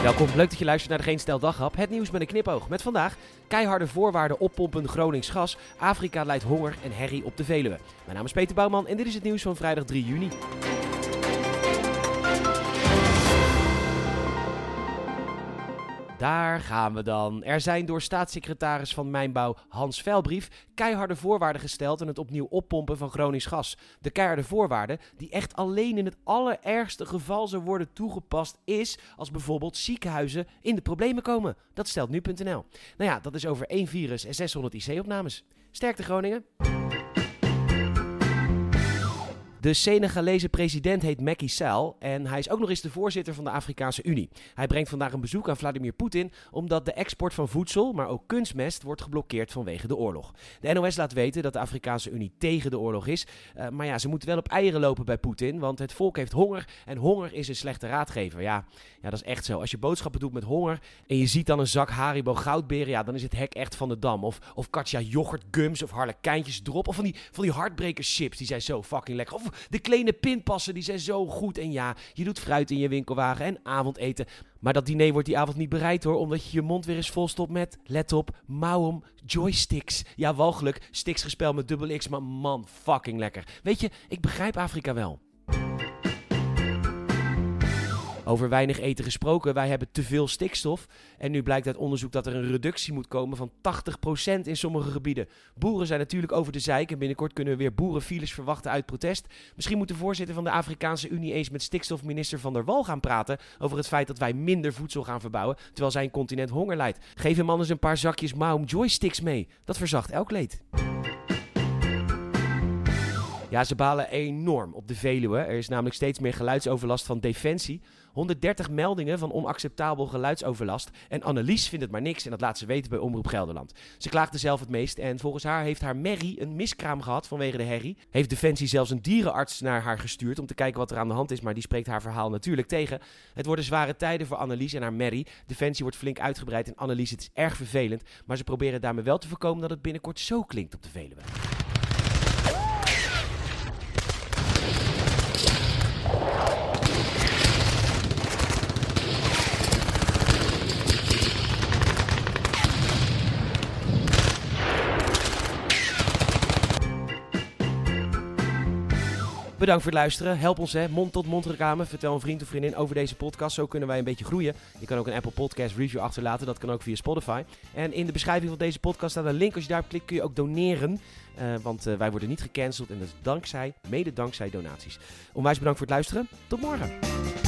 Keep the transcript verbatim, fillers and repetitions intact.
Welkom, leuk dat je luistert naar de Geen Stel Daghap. Het nieuws met een knipoog. Met vandaag keiharde voorwaarden oppompen Gronings gas. Afrika lijdt honger en herrie op de Veluwe. Mijn naam is Peter Bouwman en dit is het nieuws van vrijdag drie juni. Daar gaan we dan. Er zijn door staatssecretaris van Mijnbouw Hans Veilbrief keiharde voorwaarden gesteld aan het opnieuw oppompen van Gronings gas. De keiharde voorwaarden die echt alleen in het allerergste geval zou worden toegepast is als bijvoorbeeld ziekenhuizen in de problemen komen. Dat stelt nu punt n l. Nou ja, dat is over één virus en zeshonderd I C-opnames. Sterkte Groningen! De Senegalese president heet Macky Sall en hij is ook nog eens de voorzitter van de Afrikaanse Unie. Hij brengt vandaag een bezoek aan Vladimir Poetin omdat de export van voedsel, maar ook kunstmest, wordt geblokkeerd vanwege de oorlog. De N O S laat weten dat de Afrikaanse Unie tegen de oorlog is, uh, maar ja, ze moeten wel op eieren lopen bij Poetin, want het volk heeft honger en honger is een slechte raadgever. Ja, ja, dat is echt zo. Als je boodschappen doet met honger en je ziet dan een zak Haribo goudberen, ja, dan is het hek echt van de dam. Of, of Katja yoghurt gums of harlekijntjes drop of van die, van die Heartbreakers chips, die zijn zo fucking lekker. Of de kleine pinpassen, die zijn zo goed. En ja, je doet fruit in je winkelwagen en avondeten. Maar dat diner wordt die avond niet bereid hoor, omdat je je mond weer eens vol stopt met, let op, mauwom joysticks. Ja, walgelijk, sticks gespeld met dubbel X, maar man, fucking lekker. Weet je, ik begrijp Afrika wel. Over weinig eten gesproken, wij hebben te veel stikstof. En nu blijkt uit onderzoek dat er een reductie moet komen van tachtig procent in sommige gebieden. Boeren zijn natuurlijk over de zeik en binnenkort kunnen we weer boerenfiles verwachten uit protest. Misschien moet de voorzitter van de Afrikaanse Unie eens met stikstofminister Van der Wal gaan praten over het feit dat wij minder voedsel gaan verbouwen, terwijl zijn continent honger lijdt. Geef hem anders een paar zakjes Maum joysticks mee. Dat verzacht elk leed. Ja, ze balen enorm op de Veluwe. Er is namelijk steeds meer geluidsoverlast van Defensie. honderddertig meldingen van onacceptabel geluidsoverlast. En Annelies vindt het maar niks en dat laat ze weten bij Omroep Gelderland. Ze klaagde zelf het meest en volgens haar heeft haar merrie een miskraam gehad vanwege de herrie. Heeft Defensie zelfs een dierenarts naar haar gestuurd om te kijken wat er aan de hand is, maar die spreekt haar verhaal natuurlijk tegen. Het worden zware tijden voor Annelies en haar merrie. Defensie wordt flink uitgebreid en Annelies, het is erg vervelend, maar ze proberen daarmee wel te voorkomen dat het binnenkort zo klinkt op de Veluwe. Bedankt voor het luisteren. Help ons, hè. Mond-tot-mond reclame. Vertel een vriend of vriendin over deze podcast. Zo kunnen wij een beetje groeien. Je kan ook een Apple Podcast review achterlaten. Dat kan ook via Spotify. En in de beschrijving van deze podcast staat een link. Als je daarop klikt kun je ook doneren. Uh, want uh, wij worden niet gecanceld. En dat is dankzij, mede dankzij donaties. Onwijs bedankt voor het luisteren. Tot morgen.